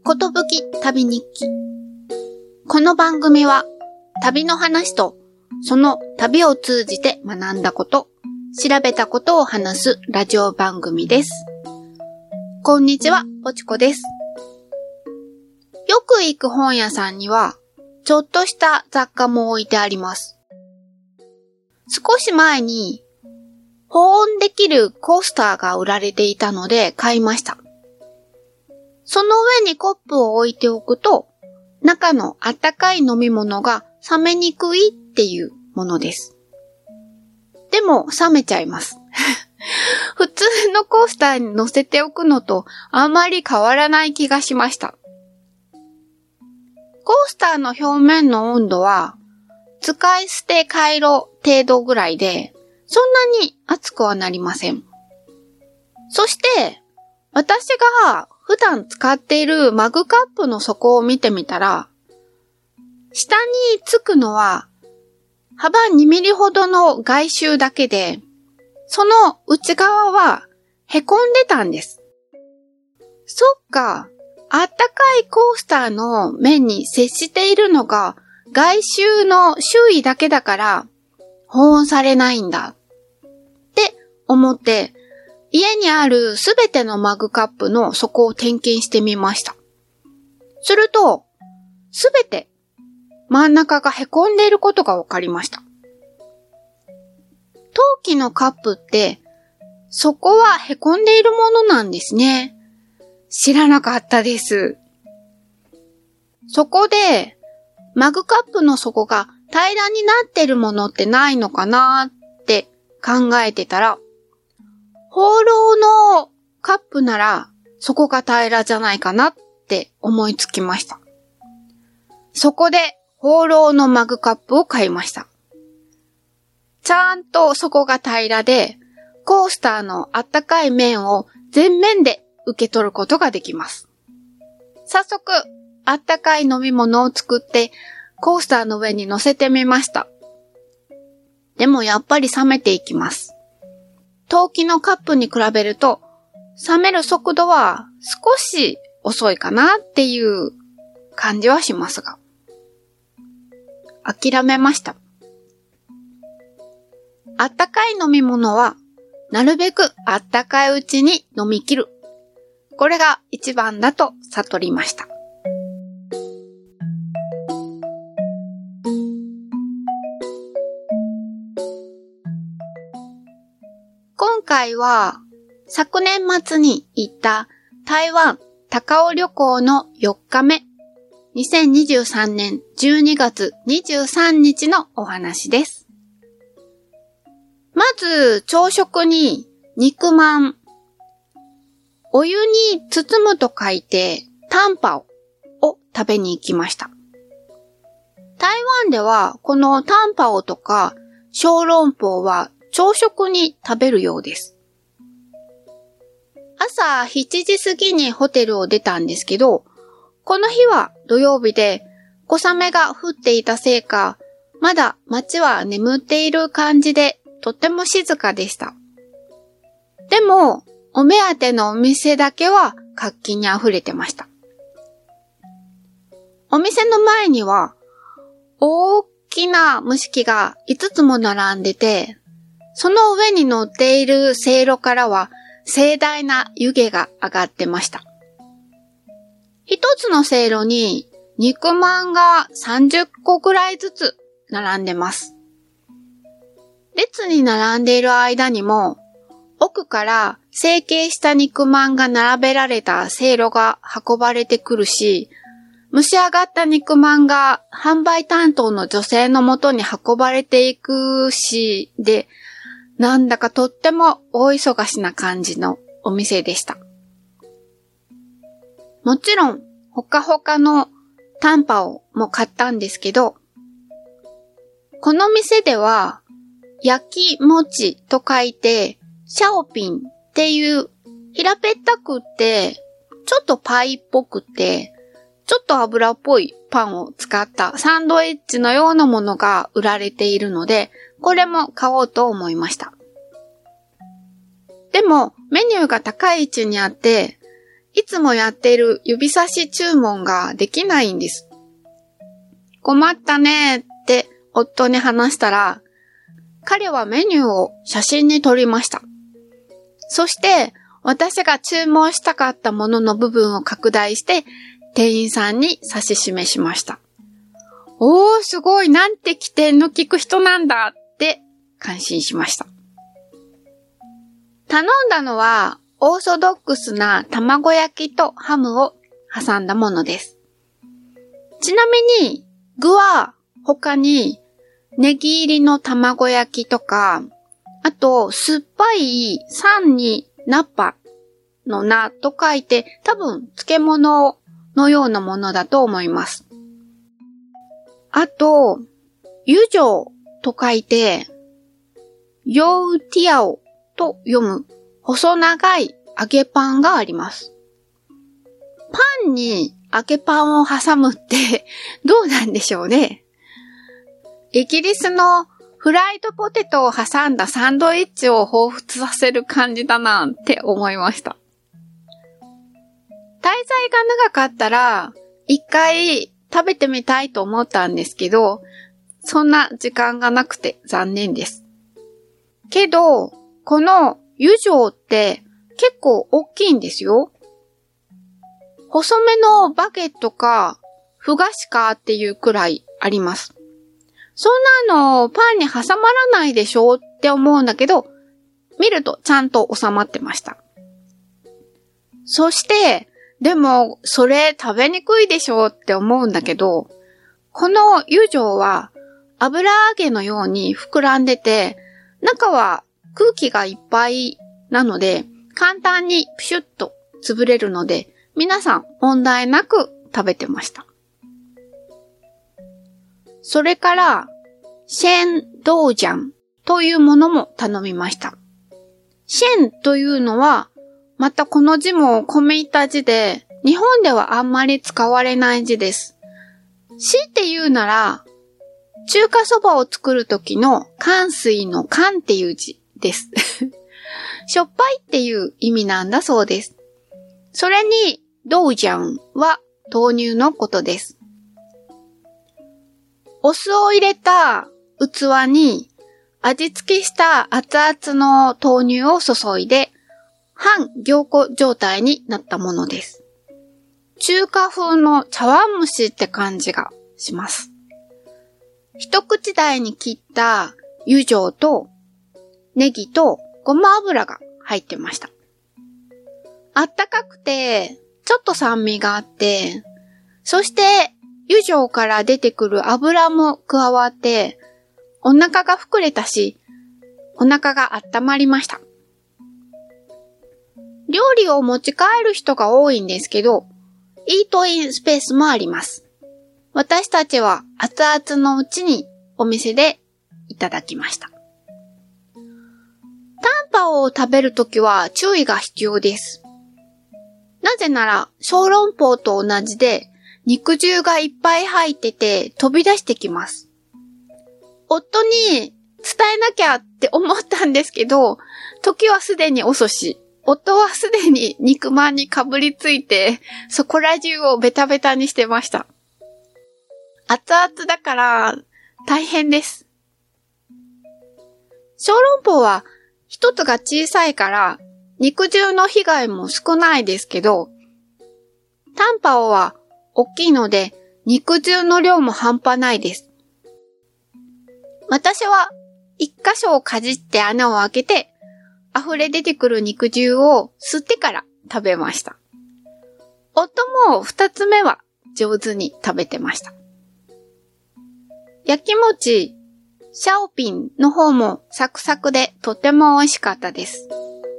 ことぶき旅日記。この番組は旅の話とその旅を通じて学んだこと、調べたことを話すラジオ番組です。こんにちは、ぽちこです。よく行く本屋さんにはちょっとした雑貨も置いてあります。少し前に保温できるコースターが売られていたので買いました。その上にコップを置いておくと、中のあったかい飲み物が冷めにくいっていうものです。でも冷めちゃいます。普通のコースターに乗せておくのとあまり変わらない気がしました。コースターの表面の温度は使い捨て回路程度ぐらいで、そんなに熱くはなりません。そして私が普段使っているマグカップの底を見てみたら、下につくのは幅2ミリほどの外周だけで、その内側はへこんでたんです。そっか、あったかいコースターの面に接しているのが外周の周囲だけだから保温されないんだって思って、家にあるすべてのマグカップの底を点検してみました。すると、すべて真ん中がへこんでいることがわかりました。陶器のカップって底はへこんでいるものなんですね。知らなかったです。そこでマグカップの底が平らになっているものってないのかなって考えてたら、ホーローのカップなら底が平らじゃないかなって思いつきました。そこでホーローのマグカップを買いました。ちゃんと底が平らで、コースターのあったかい面を全面で受け取ることができます。早速、あったかい飲み物を作ってコースターの上に乗せてみました。でもやっぱり冷めていきます。陶器のカップに比べると冷める速度は少し遅いかなっていう感じはしますが、諦めました。あったかい飲み物はなるべくあったかいうちに飲み切る。これが一番だと悟りました。今回は昨年末に行った台湾高雄旅行の4日目、2023年12月23日のお話です。まず朝食に肉まん、お湯に包むと書いてタンパオを食べに行きました。台湾ではこのタンパオとか小籠包は朝食に食べるようです。朝7時過ぎにホテルを出たんですけど、この日は土曜日で小雨が降っていたせいか、まだ街は眠っている感じでとっても静かでした。でも、お目当てのお店だけは活気にあふれてました。お店の前には大きな蒸し器が5つも並んでて、その上に乗っているせいろからは盛大な湯気が上がってました。一つのせいろに肉まんが30個くらいずつ並んでます。列に並んでいる間にも奥から成形した肉まんが並べられたせいろが運ばれてくるし、蒸し上がった肉まんが販売担当の女性のもとに運ばれていくし、で、なんだかとっても大忙しな感じのお店でした。もちろん、ほかほかのタンパオも買ったんですけど、この店では、焼き餅と書いて、シャオピンっていう平べったくって、ちょっとパイっぽくて、ちょっと油っぽいパンを使ったサンドイッチのようなものが売られているので、これも買おうと思いました。でもメニューが高い位置にあって、 いつもやっている指差し注文ができないんです。困ったねって夫に話したら、彼はメニューを写真に撮りました。そして私が注文したかったものの部分を拡大して店員さんに指し示しました。おー、すごい、なんて機転の利く人なんだって感心しました。頼んだのはオーソドックスな卵焼きとハムを挟んだものです。ちなみに具は他にネギ入りの卵焼きとか、あと酸っぱい酸にナッパのナと書いて多分漬物のようなものだと思います。あと、ユジョウと書いてヨウティアオと読む細長い揚げパンがあります。パンに揚げパンを挟むってどうなんでしょうね。イギリスのフライドポテトを挟んだサンドイッチを彷彿させる感じだなって思いました。滞在が長かったら一回食べてみたいと思ったんですけど、そんな時間がなくて残念です。けど、このユジョウって結構大きいんですよ。細めのバゲットか、ふ菓子かっていうくらいあります。そんなのパンに挟まらないでしょって思うんだけど、見るとちゃんと収まってました。そして、でもそれ食べにくいでしょって思うんだけど、このユジョウは油揚げのように膨らんでて、中は空気がいっぱいなので、簡単にプシュッと潰れるので、皆さん問題なく食べてました。それから、シェンドージャンというものも頼みました。シェンというのは、またこの字も込め入った字で、日本ではあんまり使われない字です。強いて言うなら、中華そばを作る時の寒水の寒っていう字です。しょっぱいっていう意味なんだそうです。それに、ドージャンは豆乳のことです。お酢を入れた器に味付けした熱々の豆乳を注いで半凝固状態になったものです。中華風の茶碗蒸しって感じがします。一口大に切ったユジョウとネギとごま油が入ってました。あったかくてちょっと酸味があって、そしてユジョウから出てくる油も加わって、お腹が膨れたし、お腹が温まりました。料理を持ち帰る人が多いんですけど、イートインスペースもあります。私たちは熱々のうちにお店でいただきました。タンパオを食べるときは注意が必要です。なぜなら小籠包と同じで肉汁がいっぱい入ってて飛び出してきます。夫に伝えなきゃって思ったんですけど、時はすでに遅し、夫はすでに肉まんにかぶりついて、そこら中をベタベタにしてました。熱々だから大変です。小籠包は一つが小さいから肉汁の被害も少ないですけど、タンパオは大きいので肉汁の量も半端ないです。私は一箇所をかじって穴を開けて溢れ出てくる肉汁を吸ってから食べました。夫も二つ目は上手に食べてました。焼き餅、シャオピンの方もサクサクでとても美味しかったです。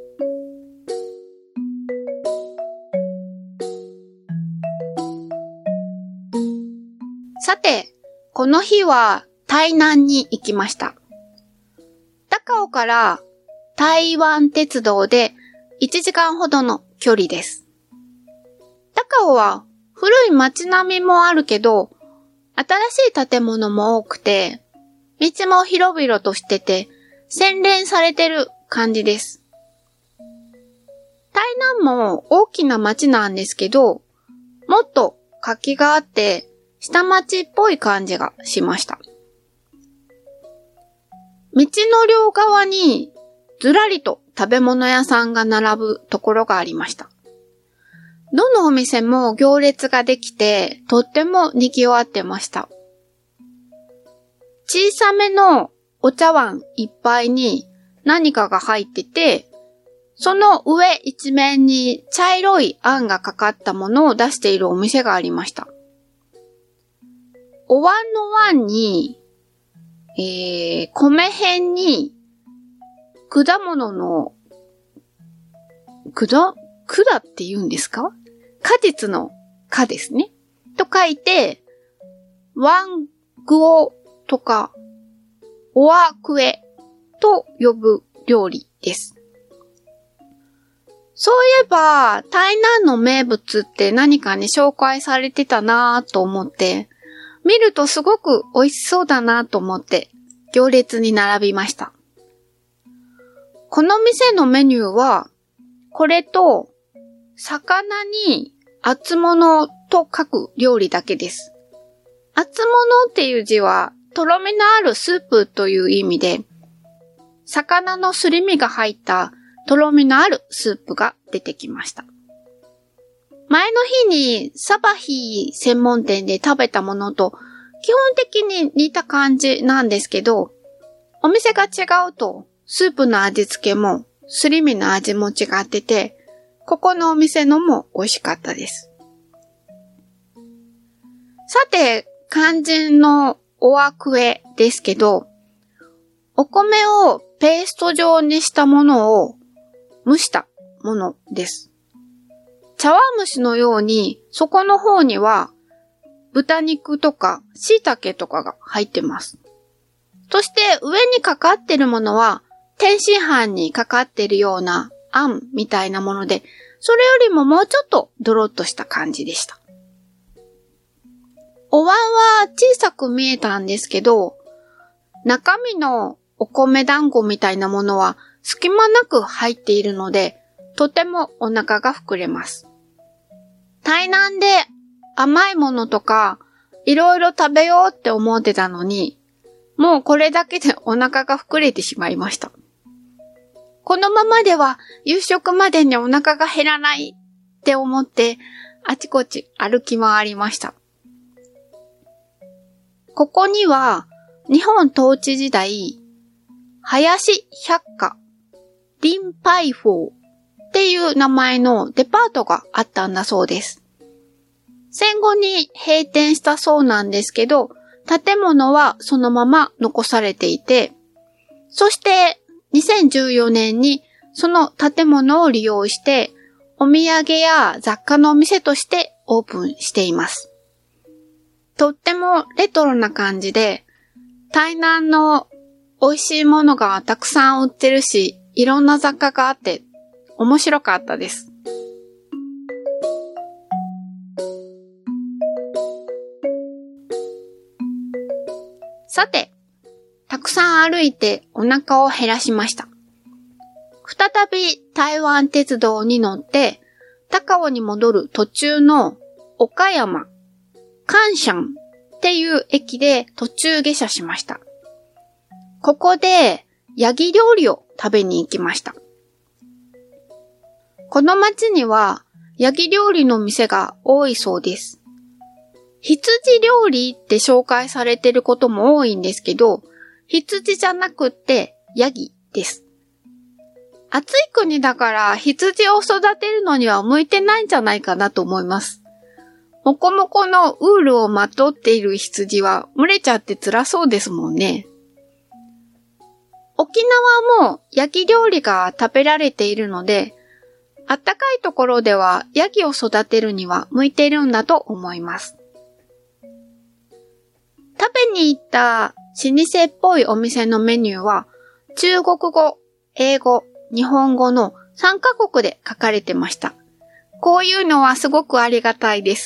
さて、この日は台南に行きました。高雄から台湾鉄道で1時間ほどの距離です。高雄は古い街並みもあるけど、新しい建物も多くて、道も広々としてて、洗練されてる感じです。台南も大きな町なんですけど、もっと活気があって下町っぽい感じがしました。道の両側にずらりと食べ物屋さんが並ぶところがありました。どのお店も行列ができてとっても賑わってました。小さめのお茶碗いっぱいに何かが入ってて、その上一面に茶色いあんがかかったものを出しているお店がありました。お椀の椀に、米辺に果物の管って言うんですか？果実の果ですね。と書いて、ワングオとか、オアクエと呼ぶ料理です。そういえば、台南の名物って何かに紹介されてたなぁと思って、見るとすごく美味しそうだなと思って、行列に並びました。この店のメニューは、これと、魚に厚物と書く料理だけです。厚物っていう字は、とろみのあるスープという意味で、魚のすり身が入ったとろみのあるスープが出てきました。前の日にサバヒー専門店で食べたものと基本的に似た感じなんですけど、お店が違うとスープの味付けもすり身の味も違ってて、ここのお店のも美味しかったです。さて、肝心のオアクエですけど、お米をペースト状にしたものを蒸したものです。茶碗蒸しのように底の方には豚肉とか椎茸とかが入ってます。そして上にかかってるものは天津飯にかかってるようなあんみたいなもので、それよりももうちょっとドロッとした感じでした。お椀は小さく見えたんですけど、中身のお米団子みたいなものは隙間なく入っているので、とてもお腹が膨れます。台南で甘いものとかいろいろ食べようって思ってたのに、もうこれだけでお腹が膨れてしまいました。このままでは夕食までにお腹が減らないって思ってあちこち歩き回りました。ここには日本統治時代、林百貨、林牌坊っていう名前のデパートがあったんだそうです。戦後に閉店したそうなんですけど、建物はそのまま残されていて、そして2014年にその建物を利用してお土産や雑貨のお店としてオープンしています。とってもレトロな感じで、台南の美味しいものがたくさん売ってるし、いろんな雑貨があって面白かったです。さて、たくさん歩いてお腹を減らしました。再び台湾鉄道に乗って高尾に戻る途中の岡山、関山っていう駅で途中下車しました。ここでヤギ料理を食べに行きました。この町にはヤギ料理の店が多いそうです。羊料理って紹介されてることも多いんですけど、羊じゃなくってヤギです。暑い国だから羊を育てるのには向いてないんじゃないかなと思います。もこもこのウールをまとっている羊は蒸れちゃって辛そうですもんね。沖縄もヤギ料理が食べられているので、あったかいところではヤギを育てるには向いているんだと思います。食べに行った老舗っぽいお店のメニューは中国語、英語、日本語の3カ国で書かれてました。こういうのはすごくありがたいです。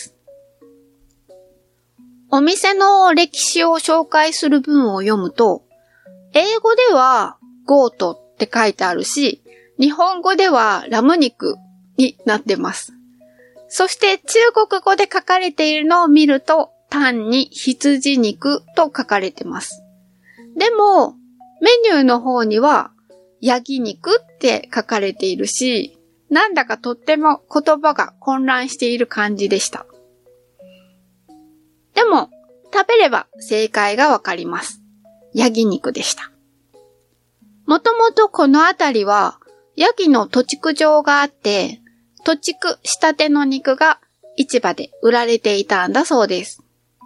お店の歴史を紹介する文を読むと、英語ではゴートって書いてあるし、日本語ではラム肉、 になってます。そして中国語で書かれているのを見ると、単に羊肉と書かれてます。でも、メニューの方には、ヤギ肉って書かれているし、なんだかとっても言葉が混乱している感じでした。でも、食べれば正解がわかります。ヤギ肉でした。もともとこの辺りは、ヤギの屠畜場があって、屠畜したての肉が市場で売られていたんだそうです。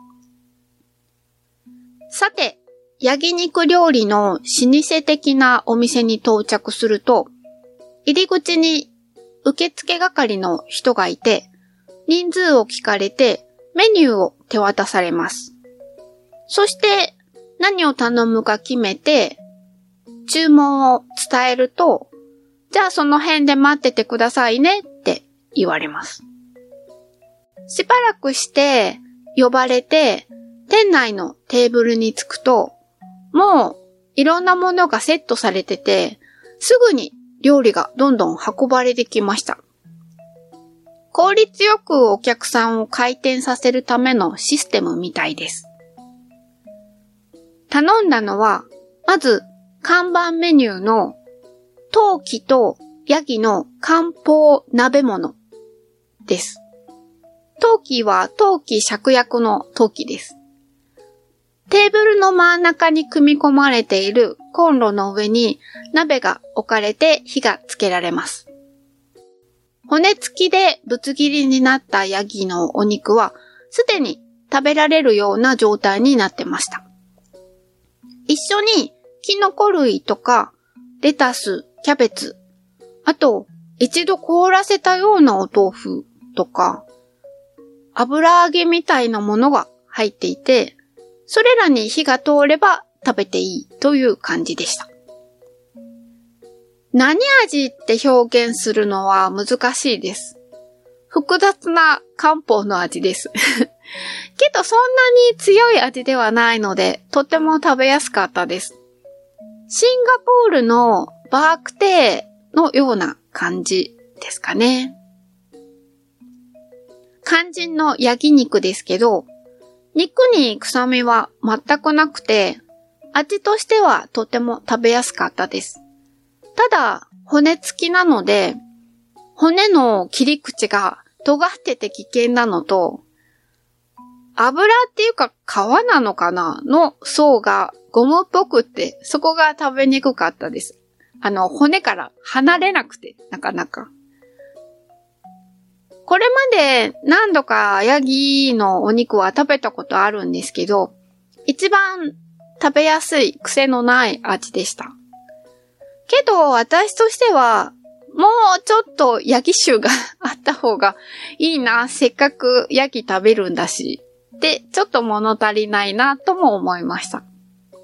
さて、ヤギ肉料理の老舗的なお店に到着すると、入り口に受付係の人がいて、人数を聞かれてメニューを手渡されます。そして何を頼むか決めて、注文を伝えると、じゃあその辺で待っててくださいねって言われます。しばらくして呼ばれて、店内のテーブルに着くと、もういろんなものがセットされてて、すぐに料理がどんどん運ばれてきました。効率よくお客さんを回転させるためのシステムみたいです。頼んだのは、まず看板メニューの陶器とヤギの漢方鍋物です。陶器は陶器芍薬の陶器です。テーブルの真ん中に組み込まれているコンロの上に鍋が置かれて火がつけられます。骨付きでぶつ切りになったヤギのお肉はすでに食べられるような状態になってました。一緒にキノコ類とかレタス、キャベツ、あと一度凍らせたようなお豆腐とか油揚げみたいなものが入っていて、それらに火が通れば食べていいという感じでした。何味って表現するのは難しいです。複雑な漢方の味です。けどそんなに強い味ではないので、とても食べやすかったです。シンガポールのバークテーのような感じですかね。肝心のヤギ肉ですけど、肉に臭みは全くなくて、味としてはとても食べやすかったです。ただ、骨付きなので、骨の切り口が尖ってて危険なのと、油っていうか皮なのかなの層がゴムっぽくって、そこが食べにくかったです。骨から離れなくて、なかなか。これまで何度かヤギのお肉は食べたことあるんですけど、一番食べやすい癖のない味でした。けど私としては、もうちょっとヤギ臭があった方がいいな、せっかくヤギ食べるんだし、で、ちょっと物足りないなとも思いました。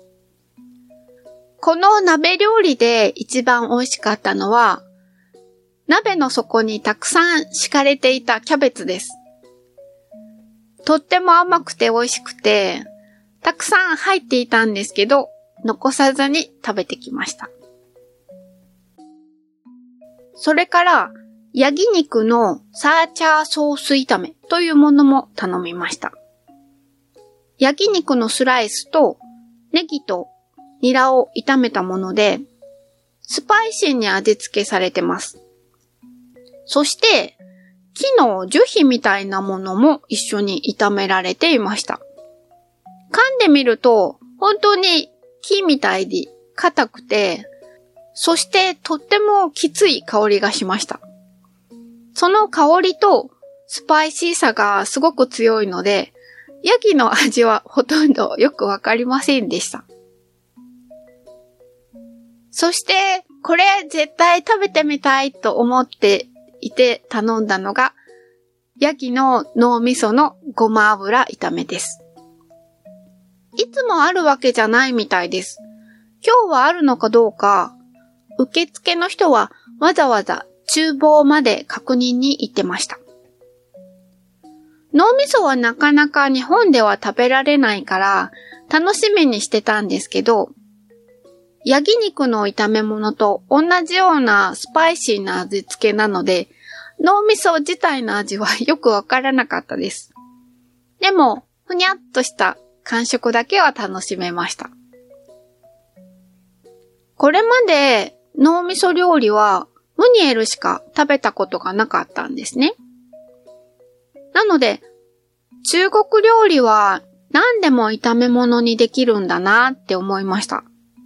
この鍋料理で一番美味しかったのは、鍋の底にたくさん敷かれていたキャベツです。とっても甘くて美味しくて、たくさん入っていたんですけど、残さずに食べてきました。それから、ヤギ肉のサーチャーソース炒めというものも頼みました。ヤギ肉のスライスとネギとニラを炒めたもので、スパイシーに味付けされてます。そして、木の樹皮みたいなものも一緒に炒められていました。噛んでみると、本当に木みたいで硬くて、そしてとってもきつい香りがしました。その香りとスパイシーさがすごく強いので、ヤギの味はほとんどよくわかりませんでした。そして、これ絶対食べてみたいと思っていて頼んだのが、ヤギの脳みそのごま油炒めです。いつもあるわけじゃないみたいです。今日はあるのかどうか、受付の人はわざわざ厨房まで確認に行ってました。脳みそはなかなか日本では食べられないから楽しみにしてたんですけど、ヤギ肉の炒め物と同じようなスパイシーな味付けなので、 脳みそ自体の味はよくわからなかったです。でも、ふにゃっとした感触だけは楽しめました。これまで脳みそ料理はムニエルしか食べたことがなかったんですね。なので、中国料理は何でも炒め物にできるんだなって思いました。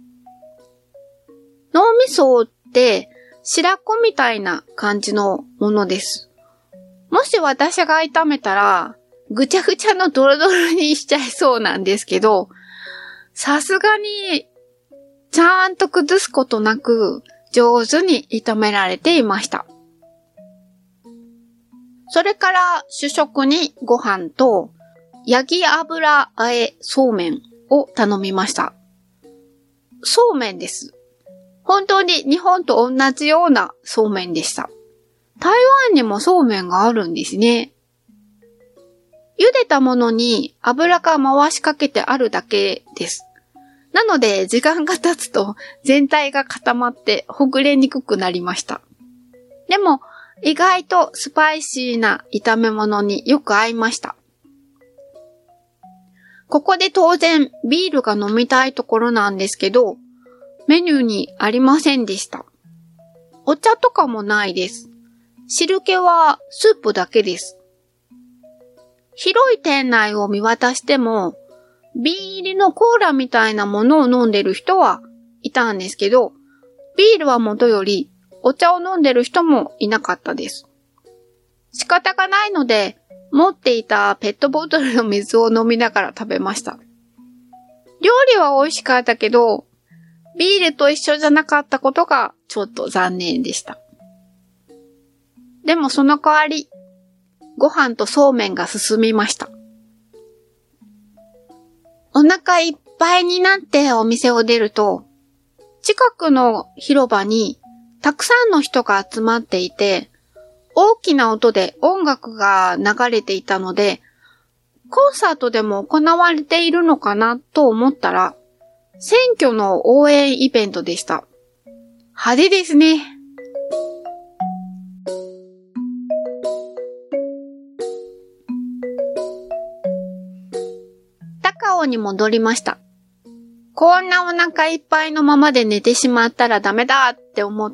脳みそって白子みたいな感じのものです。もし私が炒めたら、ぐちゃぐちゃのドロドロにしちゃいそうなんですけど、さすがにちゃんと崩すことなく上手に炒められていました。それから主食にご飯とヤギ油和えそうめんを頼みました。そうめんです。本当に日本と同じようなそうめんでした。台湾にもそうめんがあるんですね。茹でたものに油が回しかけてあるだけです。なので時間が経つと全体が固まってほぐれにくくなりました。でも意外とスパイシーな炒め物によく合いました。ここで当然ビールが飲みたいところなんですけど、メニューにありませんでした。お茶とかもないです。汁気はスープだけです。広い店内を見渡しても、瓶入りのコーラみたいなものを飲んでる人はいたんですけど、ビールはもとよりお茶を飲んでる人もいなかったです。仕方がないので、持っていたペットボトルの水を飲みながら食べました。料理は美味しかったけど、ビールと一緒じゃなかったことがちょっと残念でした。でもその代わり、ご飯とそうめんが進みました。お腹いっぱいになってお店を出ると、近くの広場にたくさんの人が集まっていて、大きな音で音楽が流れていたので、コンサートでも行われているのかなと思ったら、選挙の応援イベントでした。派手ですね。高尾に戻りました。こんなお腹いっぱいのままで寝てしまったらダメだって思って、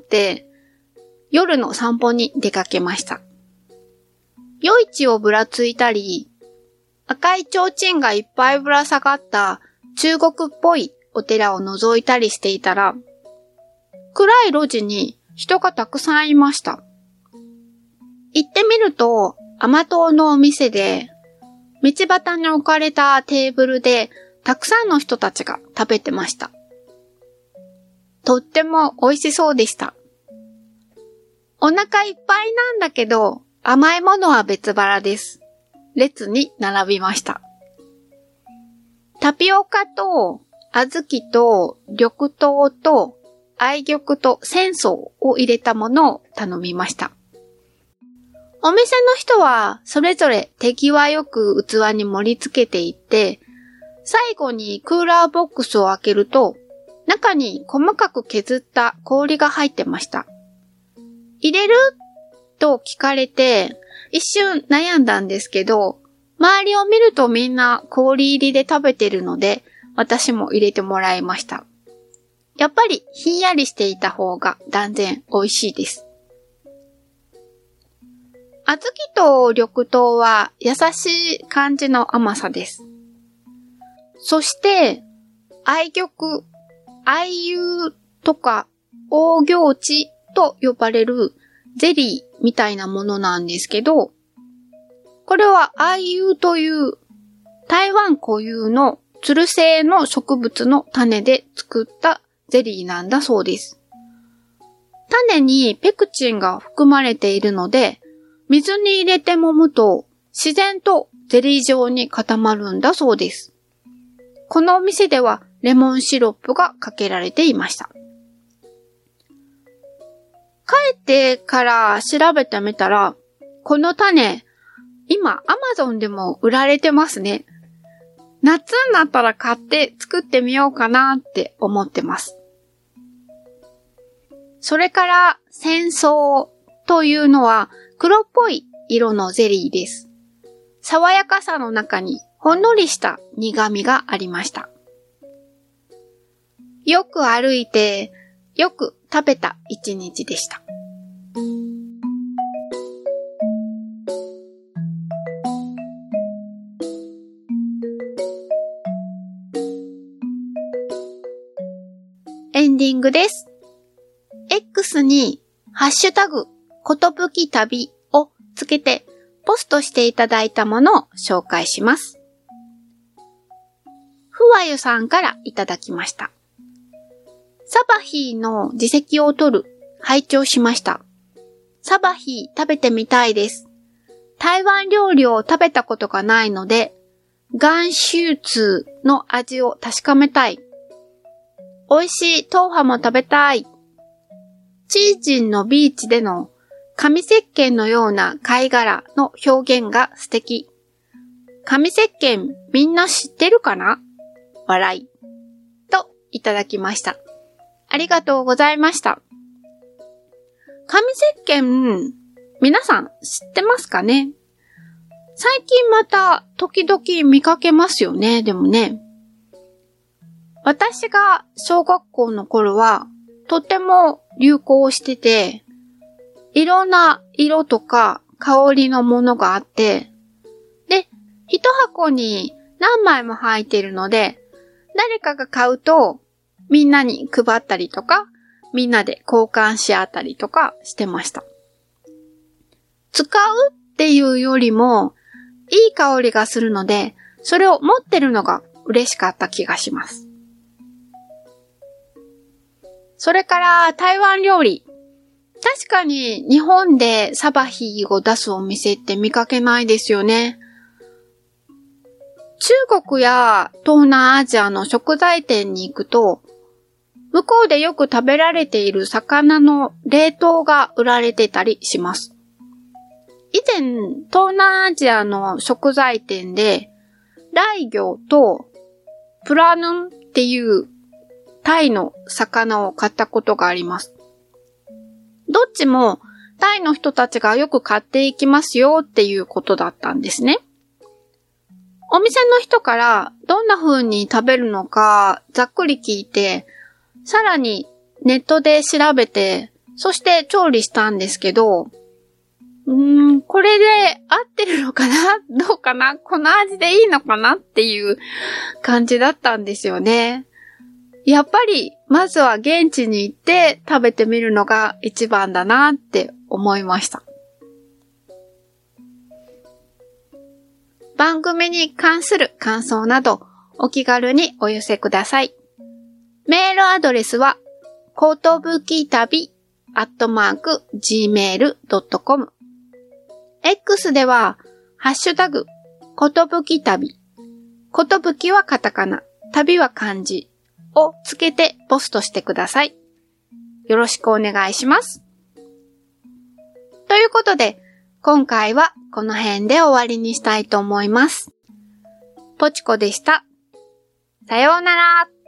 夜の散歩に出かけました。夜市をぶらついたり、赤い提灯がいっぱいぶら下がった中国っぽいお寺を覗いたりしていたら、暗い路地に人がたくさんいました。行ってみると甘党のお店で、道端に置かれたテーブルでたくさんの人たちが食べてました。とっても美味しそうでした。お腹いっぱいなんだけど、甘いものは別腹です。列に並びました。タピオカと小豆と緑豆と愛玉と仙草を入れたものを頼みました。お店の人はそれぞれ手際よく器に盛り付けていって、最後にクーラーボックスを開けると、中に細かく削った氷が入ってました。入れると聞かれて、一瞬悩んだんですけど、周りを見るとみんな氷入りで食べてるので、私も入れてもらいました。やっぱりひんやりしていた方が断然美味しいです。小豆と緑豆は優しい感じの甘さです。そして、愛玉、愛友とか黄行地と呼ばれるゼリーみたいなものなんですけど、これは愛友という台湾固有のつる性の植物の種で作ったゼリーなんだそうです。種にペクチンが含まれているので、水に入れて揉むと自然とゼリー状に固まるんだそうです。このお店ではレモンシロップがかけられていました。帰ってから調べてみたら、この種、今 Amazon でも売られてますね。夏になったら買って作ってみようかなって思ってます。それから仙草というのは黒っぽい色のゼリーです。爽やかさの中にほんのりした苦味がありました。よく歩いて、よく食べた一日でした。エンディングです。X にハッシュタグことぶき旅をつけてポストしていただいたものを紹介します。ふわゆさんからいただきました。サバヒーの自席を取る拝聴しました。サバヒー食べてみたいです。台湾料理を食べたことがないので、岩州ツの味を確かめたい。美味しい豆腐も食べたい。チージンのビーチでの紙石鹸のような貝殻の表現が素敵。紙石鹸みんな知ってるかな？笑い。といただきました。ありがとうございました。紙石鹸、皆さん知ってますかね？最近また時々見かけますよね、でもね。私が小学校の頃はとても流行してて、いろんな色とか香りのものがあって、で、一箱に何枚も入っているので、誰かが買うとみんなに配ったりとか、みんなで交換し合ったりとかしてました。使うっていうよりも、いい香りがするので、それを持ってるのが嬉しかった気がします。それから台湾料理。確かに日本でサバヒーを出すお店って見かけないですよね。中国や東南アジアの食材店に行くと、向こうでよく食べられている魚の冷凍が売られてたりします。以前、東南アジアの食材店で、ライギョとプラヌンっていうタイの魚を買ったことがあります。どっちもタイの人たちがよく買っていきますよっていうことだったんですね。お店の人からどんな風に食べるのかざっくり聞いて、さらにネットで調べて、そして調理したんですけど、これで合ってるのかな？どうかな？この味でいいのかな？っていう感じだったんですよね。やっぱり、まずは現地に行って食べてみるのが一番だなって思いました。番組に関する感想などお気軽にお寄せください。メールアドレスは、ことぶき旅@gmail.com。X では、ハッシュタグ、ことぶき旅。ことぶきはカタカナ、旅は漢字をつけてポストしてください。よろしくお願いします。ということで、今回はこの辺で終わりにしたいと思います。ポチコでした。さようなら。